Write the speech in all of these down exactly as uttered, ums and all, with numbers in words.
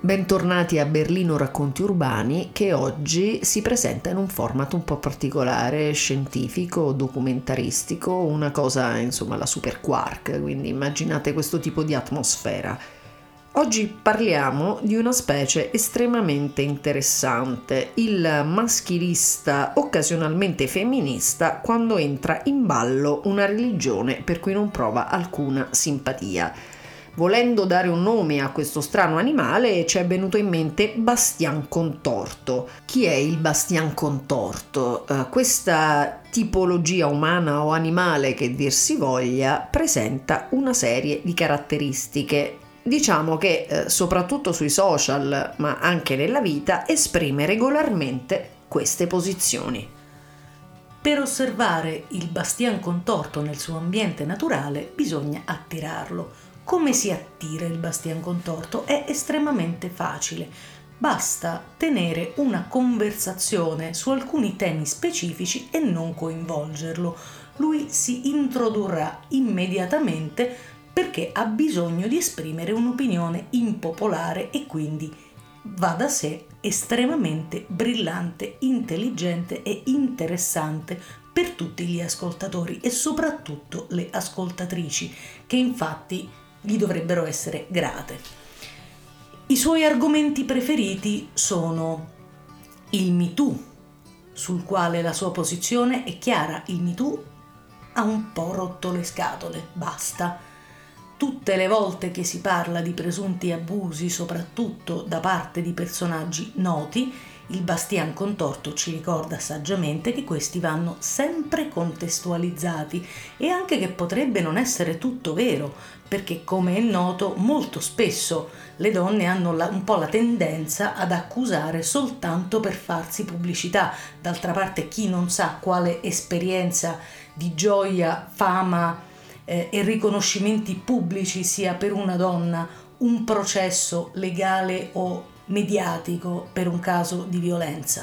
Bentornati a Berlino Racconti Urbani, che oggi si presenta in un format un po' particolare, scientifico, documentaristico, una cosa, insomma, la super quark, quindi immaginate questo tipo di atmosfera. Oggi parliamo di una specie estremamente interessante, il maschilista occasionalmente femminista quando entra in ballo una religione per cui non prova alcuna simpatia. Volendo dare un nome a questo strano animale, ci è venuto in mente Bastian Contorto. Chi è il Bastian Contorto? Uh, questa tipologia umana o animale, che dir si voglia, presenta una serie di caratteristiche. Diciamo che, eh, soprattutto sui social, ma anche nella vita, esprime regolarmente queste posizioni. Per osservare il Bastian Contorto nel suo ambiente naturale bisogna attirarlo. Come si attira il Bastian Contorto? È estremamente facile. Basta tenere una conversazione su alcuni temi specifici e non coinvolgerlo. Lui si introdurrà immediatamente perché ha bisogno di esprimere un'opinione impopolare e quindi va da sé estremamente brillante, intelligente e interessante per tutti gli ascoltatori e soprattutto le ascoltatrici, che infatti gli dovrebbero essere grate. I suoi argomenti preferiti sono il Me Too, sul quale la sua posizione è chiara. Il Me Too ha un po' rotto le scatole, basta. Tutte le volte che si parla di presunti abusi, soprattutto da parte di personaggi noti, il Bastian Contorto ci ricorda saggiamente che questi vanno sempre contestualizzati e anche che potrebbe non essere tutto vero, perché, come è noto, molto spesso le donne hanno la, un po' la tendenza ad accusare soltanto per farsi pubblicità. D'altra parte, chi non sa quale esperienza di gioia, fama eh, e riconoscimenti pubblici sia per una donna un processo legale o mediatico per un caso di violenza.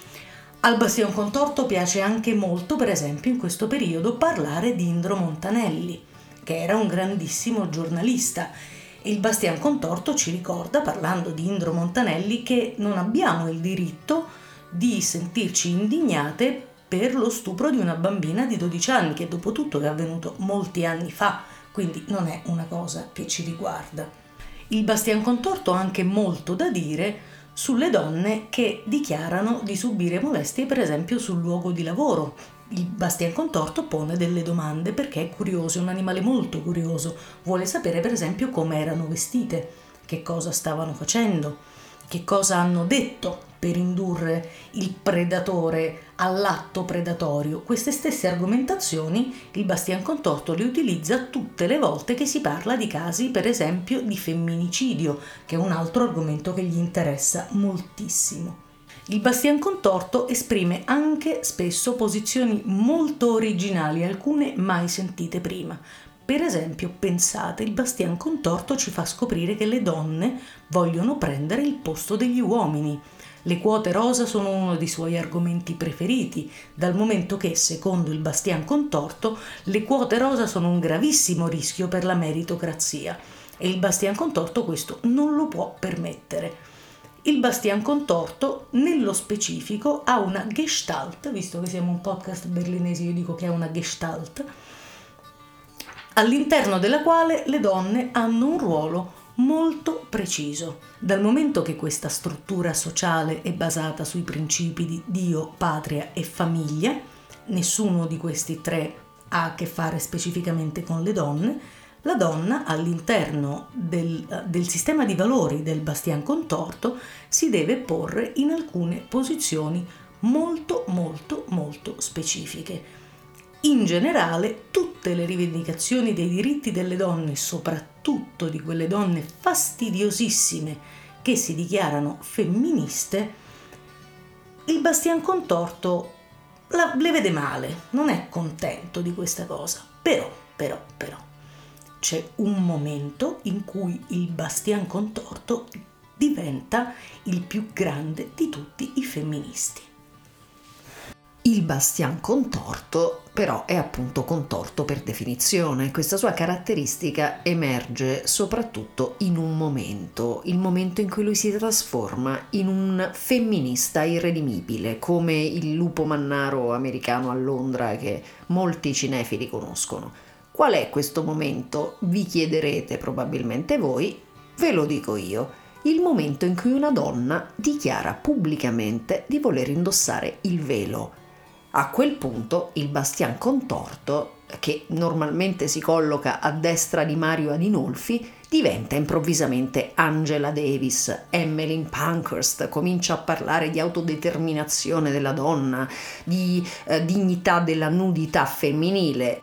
Al Bastian Contorto piace anche molto, per esempio, in questo periodo parlare di Indro Montanelli, che era un grandissimo giornalista. Il Bastian Contorto ci ricorda, parlando di Indro Montanelli, che non abbiamo il diritto di sentirci indignate per lo stupro di una bambina di dodici anni, che dopo tutto è avvenuto molti anni fa, quindi non è una cosa che ci riguarda. Il Bastian Contorto ha anche molto da dire sulle donne che dichiarano di subire molestie, per esempio sul luogo di lavoro. Il Bastian Contorto pone delle domande perché è curioso, è un animale molto curioso, vuole sapere per esempio come erano vestite, che cosa stavano facendo, che cosa hanno detto per indurre il predatore all'atto predatorio. Queste stesse argomentazioni il Bastian Contorto le utilizza tutte le volte che si parla di casi, per esempio, di femminicidio, che è un altro argomento che gli interessa moltissimo. Il Bastian Contorto esprime anche spesso posizioni molto originali, alcune mai sentite prima. Per esempio, pensate, il Bastian Contorto ci fa scoprire che le donne vogliono prendere il posto degli uomini. Le quote rosa sono uno dei suoi argomenti preferiti, dal momento che, secondo il Bastian Contorto, le quote rosa sono un gravissimo rischio per la meritocrazia e il Bastian Contorto questo non lo può permettere. Il Bastian Contorto, nello specifico, ha una Gestalt, visto che siamo un podcast berlinese, io dico che è una Gestalt, all'interno della quale le donne hanno un ruolo molto preciso. Dal momento che questa struttura sociale è basata sui principi di Dio, patria e famiglia, nessuno di questi tre ha a che fare specificamente con le donne, la donna all'interno del, del sistema di valori del Bastian Contorto si deve porre in alcune posizioni molto molto molto specifiche. In generale, tutte le rivendicazioni dei diritti delle donne, soprattutto di quelle donne fastidiosissime che si dichiarano femministe, il Bastian Contorto la, le vede male, non è contento di questa cosa. Però, però, però, c'è un momento in cui il Bastian Contorto diventa il più grande di tutti i femministi. Il bastian contorto però è appunto contorto per definizione. Questa sua caratteristica emerge soprattutto in un momento, il momento in cui lui si trasforma in un femminista irredimibile, come il lupo mannaro americano a Londra che molti cinefili conoscono. Qual è questo momento? Vi chiederete probabilmente voi, ve lo dico io. Il momento in cui una donna dichiara pubblicamente di voler indossare il velo. A quel punto il bastian contorto, che normalmente si colloca a destra di Mario Adinolfi, diventa improvvisamente Angela Davis. Emmeline Pankhurst comincia a parlare di autodeterminazione della donna, di eh, dignità della nudità femminile.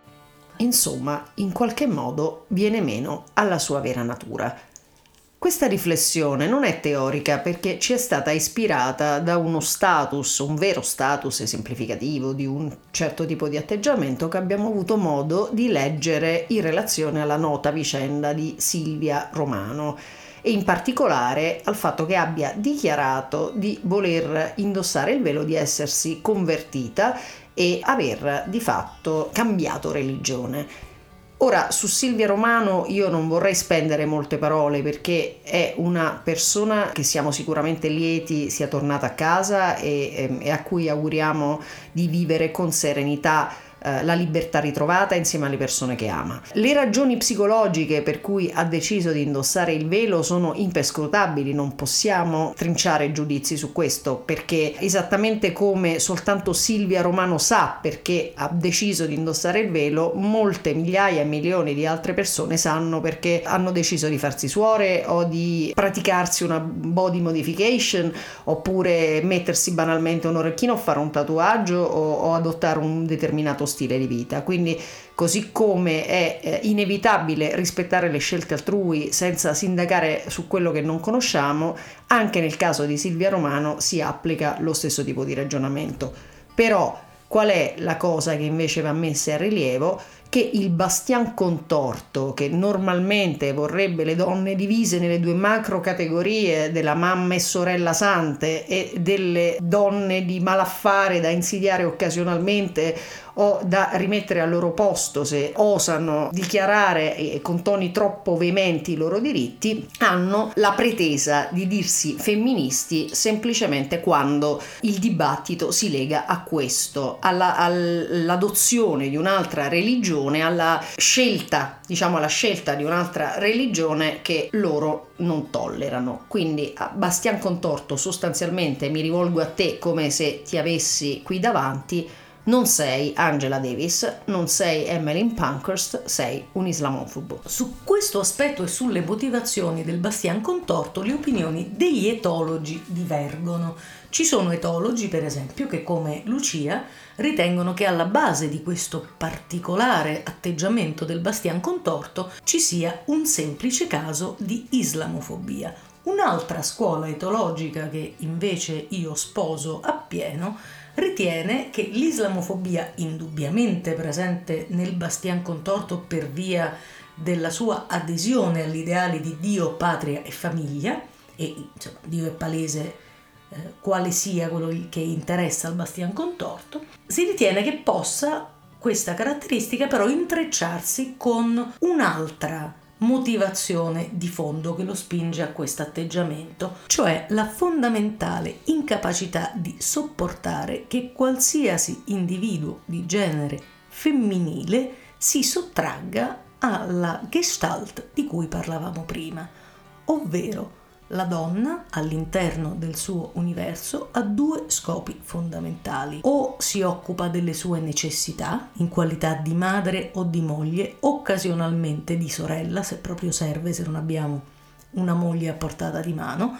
Insomma, in qualche modo viene meno alla sua vera natura. Questa riflessione non è teorica perché ci è stata ispirata da uno status, un vero status esemplificativo di un certo tipo di atteggiamento che abbiamo avuto modo di leggere in relazione alla nota vicenda di Silvia Romano e in particolare al fatto che abbia dichiarato di voler indossare il velo, di essersi convertita e aver di fatto cambiato religione. Ora, su Silvia Romano io non vorrei spendere molte parole perché è una persona che siamo sicuramente lieti sia tornata a casa e, e a cui auguriamo di vivere con serenità eh, la libertà ritrovata insieme alle persone che ama. Le ragioni psicologiche per cui ha deciso di indossare il velo sono imperscrutabili, non possiamo trinciare giudizi su questo perché esattamente come soltanto Silvia Romano sa perché ha deciso di indossare il velo, molte migliaia e milioni di altre persone sanno perché hanno deciso di farsi suore o di praticarsi una body modification oppure mettersi banalmente un orecchino o fare un tatuaggio o, o adottare un determinato stile di vita. Quindi così come è eh, inevitabile rispettare le scelte altrui senza sindacare su quello che non conosciamo, anche nel caso di Silvia Romano si applica lo stesso tipo di ragionamento. Però qual è la cosa che invece va messa a rilievo? Che il bastian contorto, che normalmente vorrebbe le donne divise nelle due macro categorie della mamma e sorella sante e delle donne di malaffare da insidiare occasionalmente o da rimettere al loro posto se osano dichiarare con toni troppo veementi i loro diritti, hanno la pretesa di dirsi femministi semplicemente quando il dibattito si lega a questo, alla, all'adozione di un'altra religione, alla scelta, diciamo alla scelta di un'altra religione che loro non tollerano. Quindi a bastian contorto sostanzialmente mi rivolgo a te come se ti avessi qui davanti. Non sei Angela Davis, non sei Emmeline Pankhurst, sei un islamofobo. Su questo aspetto e sulle motivazioni del bastian contorto le opinioni degli etologi divergono. Ci sono etologi, per esempio, che come Lucia ritengono che alla base di questo particolare atteggiamento del bastian contorto ci sia un semplice caso di islamofobia. Un'altra scuola etologica che invece io sposo appieno ritiene che l'islamofobia, indubbiamente presente nel bastian contorto per via della sua adesione agli ideali di Dio, patria e famiglia, e insomma Dio è palese eh, quale sia quello che interessa al bastian contorto, si ritiene che possa questa caratteristica però intrecciarsi con un'altra motivazione di fondo che lo spinge a questo atteggiamento, cioè la fondamentale incapacità di sopportare che qualsiasi individuo di genere femminile si sottragga alla gestalt di cui parlavamo prima, ovvero la donna all'interno del suo universo ha due scopi fondamentali: o si occupa delle sue necessità in qualità di madre o di moglie, occasionalmente di sorella se proprio serve, se non abbiamo una moglie a portata di mano,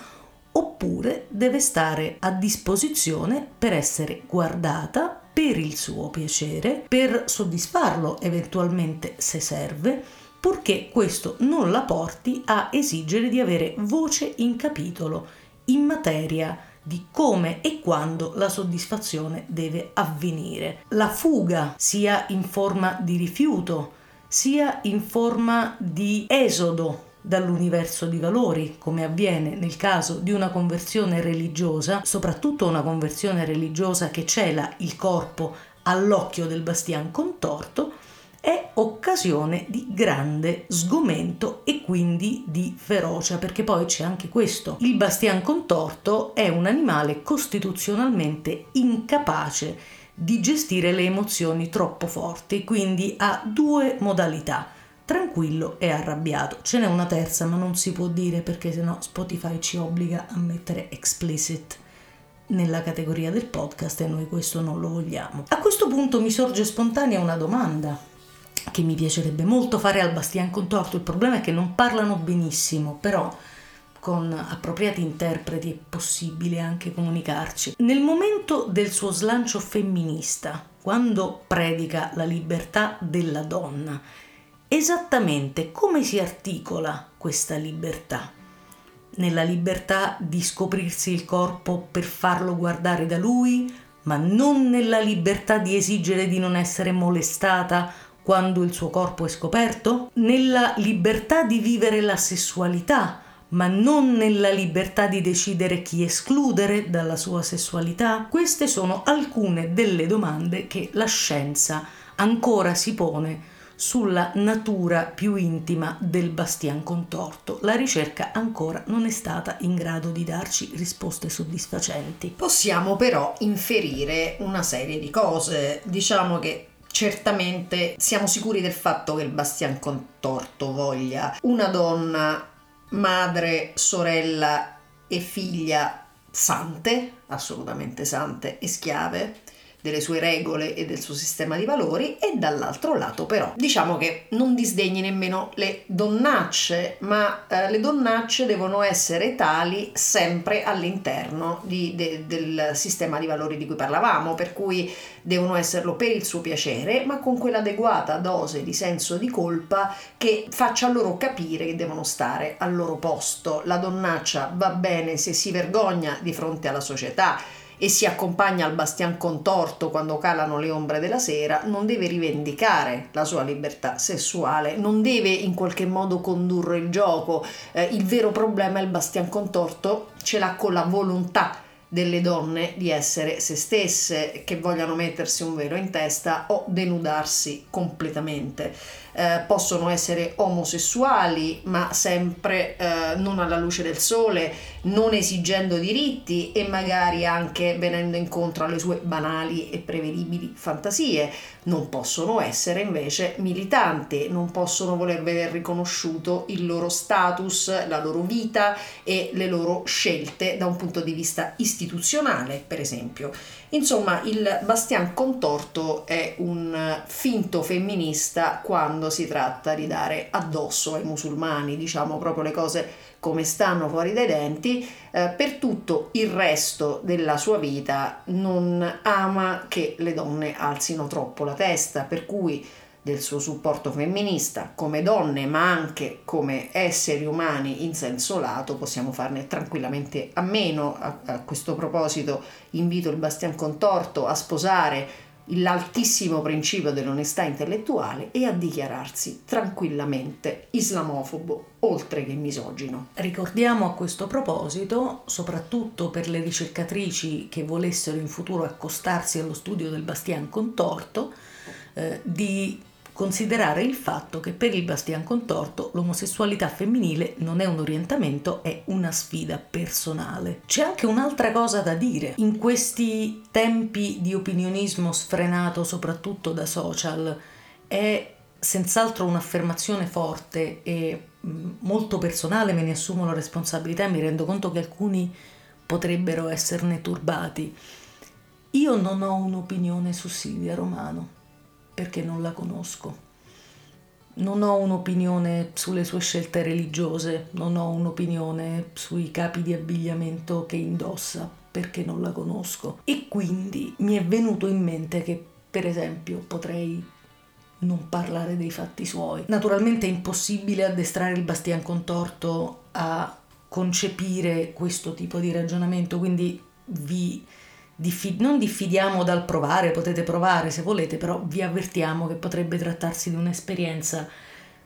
oppure deve stare a disposizione per essere guardata per il suo piacere, per soddisfarlo eventualmente se serve, purché questo non la porti a esigere di avere voce in capitolo in materia di come e quando la soddisfazione deve avvenire. La fuga, sia in forma di rifiuto, sia in forma di esodo dall'universo di valori, come avviene nel caso di una conversione religiosa, soprattutto una conversione religiosa che cela il corpo all'occhio del bastian contorto, è occasione di grande sgomento e quindi di ferocia, perché poi c'è anche questo. Il bastian contorto è un animale costituzionalmente incapace di gestire le emozioni troppo forti, quindi ha due modalità: tranquillo e arrabbiato. Ce n'è una terza, ma non si può dire perché sennò Spotify ci obbliga a mettere explicit nella categoria del podcast e noi questo non lo vogliamo. A questo punto mi sorge spontanea una domanda che mi piacerebbe molto fare al bastian contorto. Il problema è che non parlano benissimo, però con appropriati interpreti è possibile anche comunicarci. Nel momento del suo slancio femminista, quando predica la libertà della donna, esattamente come si articola questa libertà? Nella libertà di scoprirsi il corpo per farlo guardare da lui, ma non nella libertà di esigere di non essere molestata quando il suo corpo è scoperto? Nella libertà di vivere la sessualità, ma non nella libertà di decidere chi escludere dalla sua sessualità? Queste sono alcune delle domande che la scienza ancora si pone sulla natura più intima del bastian contorto. La ricerca ancora non è stata in grado di darci risposte soddisfacenti. Possiamo però inferire una serie di cose. Diciamo che certamente siamo sicuri del fatto che il bastian contorto voglia una donna, madre, sorella e figlia sante, assolutamente sante e schiave delle sue regole e del suo sistema di valori, e dall'altro lato però diciamo che non disdegni nemmeno le donnacce, ma eh, le donnacce devono essere tali sempre all'interno di, de, del sistema di valori di cui parlavamo, per cui devono esserlo per il suo piacere, ma con quell'adeguata dose di senso di colpa che faccia loro capire che devono stare al loro posto. La donnaccia va bene se si vergogna di fronte alla società e si accompagna al bastian contorto quando calano le ombre della sera, non deve rivendicare la sua libertà sessuale, non deve in qualche modo condurre il gioco. Eh, il vero problema è il bastian contorto ce l'ha con la volontà delle donne di essere se stesse, che vogliano mettersi un velo in testa o denudarsi completamente. Eh, possono essere omosessuali, ma sempre eh, non alla luce del sole, non esigendo diritti e magari anche venendo incontro alle sue banali e prevedibili fantasie. Non possono essere invece militanti, non possono voler vedere riconosciuto il loro status, la loro vita e le loro scelte da un punto di vista istituzionale, per esempio. Insomma, il bastian contorto è un finto femminista quando si tratta di dare addosso ai musulmani, diciamo proprio le cose come stanno fuori dai denti. Eh, per tutto il resto della sua vita non ama che le donne alzino troppo la testa, per cui del suo supporto femminista come donne ma anche come esseri umani in senso lato possiamo farne tranquillamente a meno. A, a questo proposito invito il bastian contorto a sposare l'altissimo principio dell'onestà intellettuale e a dichiararsi tranquillamente islamofobo oltre che misogino. Ricordiamo a questo proposito, soprattutto per le ricercatrici che volessero in futuro accostarsi allo studio del bastian contorto, eh, di considerare il fatto che per il bastian contorto l'omosessualità femminile non è un orientamento, è una sfida personale. C'è anche un'altra cosa da dire. In questi tempi di opinionismo sfrenato, soprattutto da social, è senz'altro un'affermazione forte e mh, molto personale, me ne assumo la responsabilità e mi rendo conto che alcuni potrebbero esserne turbati. Io non ho un'opinione su Silvia Romano, perché non la conosco. Non ho un'opinione sulle sue scelte religiose, non ho un'opinione sui capi di abbigliamento che indossa, perché non la conosco. E quindi mi è venuto in mente che, per esempio, potrei non parlare dei fatti suoi. Naturalmente è impossibile addestrare il bastian contorto a concepire questo tipo di ragionamento, quindi vi Diffid- non diffidiamo dal provare, potete provare se volete, però vi avvertiamo che potrebbe trattarsi di un'esperienza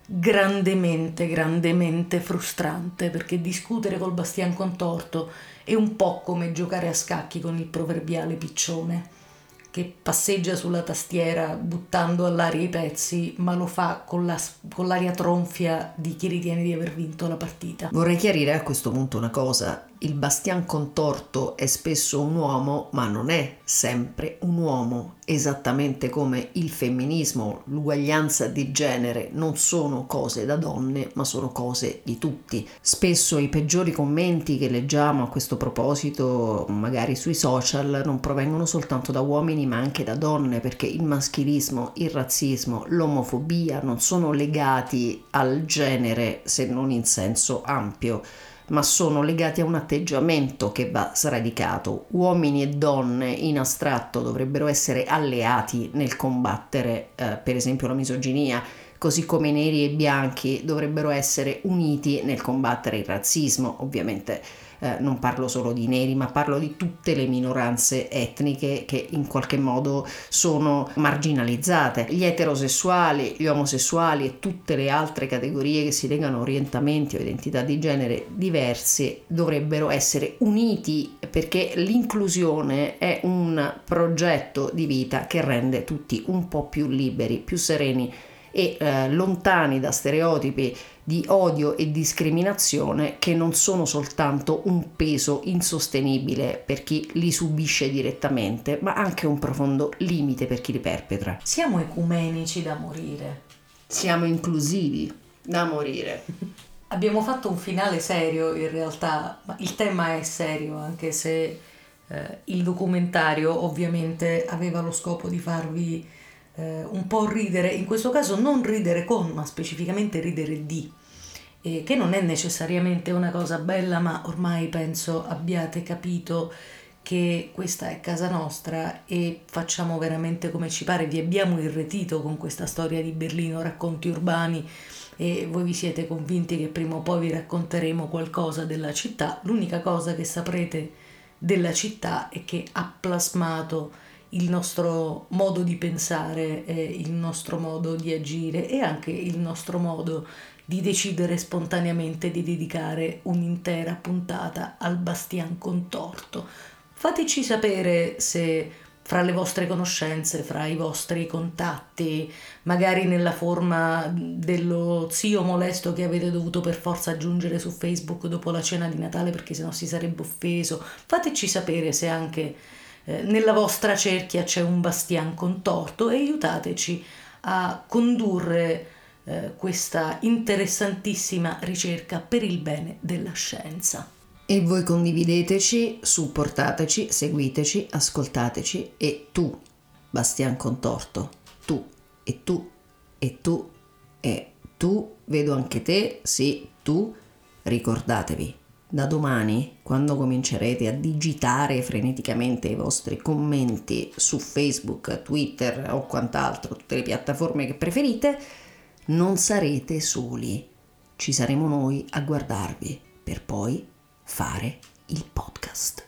grandemente, grandemente frustrante, perché discutere col bastian contorto è un po' come giocare a scacchi con il proverbiale piccione, che passeggia sulla tastiera buttando all'aria i pezzi, ma lo fa con, la, con l'aria tronfia di chi ritiene di aver vinto la partita. Vorrei chiarire a questo punto una cosa: il bastian contorto è spesso un uomo, ma non è sempre un uomo, esattamente come il femminismo, l'uguaglianza di genere non sono cose da donne, ma sono cose di tutti. Spesso i peggiori commenti che leggiamo a questo proposito, magari sui social, non provengono soltanto da uomini ma anche da donne, perché il maschilismo, il razzismo, l'omofobia non sono legati al genere, se non in senso ampio, ma sono legati a un atteggiamento che va sradicato. Uomini e donne in astratto dovrebbero essere alleati nel combattere eh, per esempio la misoginia, così come neri e bianchi dovrebbero essere uniti nel combattere il razzismo. Ovviamente eh, non parlo solo di neri, ma parlo di tutte le minoranze etniche che in qualche modo sono marginalizzate. Gli eterosessuali, gli omosessuali e tutte le altre categorie che si legano a orientamenti o identità di genere diversi dovrebbero essere uniti, perché l'inclusione è un progetto di vita che rende tutti un po' più liberi, più sereni e eh, lontani da stereotipi di odio e discriminazione che non sono soltanto un peso insostenibile per chi li subisce direttamente, ma anche un profondo limite per chi li perpetra. Siamo ecumenici da morire. Siamo inclusivi da morire. Abbiamo fatto un finale serio in realtà, ma il tema è serio, anche se eh, il documentario ovviamente aveva lo scopo di farvi eh, un po' ridere, in questo caso non ridere con, ma specificamente ridere di, eh, che non è necessariamente una cosa bella, ma ormai penso abbiate capito che questa è casa nostra e facciamo veramente come ci pare. Vi abbiamo irretito con questa storia di Berlino, racconti urbani, e voi vi siete convinti che prima o poi vi racconteremo qualcosa della città. L'unica cosa che saprete della città è che ha plasmato il nostro modo di pensare, eh, il nostro modo di agire e anche il nostro modo di decidere spontaneamente di dedicare un'intera puntata al bastian contorto. Fateci sapere se fra le vostre conoscenze, fra i vostri contatti, magari nella forma dello zio molesto che avete dovuto per forza aggiungere su Facebook dopo la cena di Natale perché sennò si sarebbe offeso, fateci sapere se anche eh, nella vostra cerchia c'è un bastian contorto e aiutateci a condurre eh, questa interessantissima ricerca per il bene della scienza. E voi condivideteci, supportateci, seguiteci, ascoltateci e tu, bastian contorto, tu e tu e tu e tu, vedo anche te, sì, tu, ricordatevi, da domani, quando comincerete a digitare freneticamente i vostri commenti su Facebook, Twitter o quant'altro, tutte le piattaforme che preferite, non sarete soli, ci saremo noi a guardarvi per poi fare il podcast.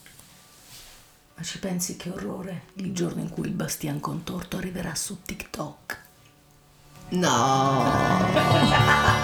Ma ci pensi che orrore il giorno in cui il bastian contorto arriverà su TikTok? No!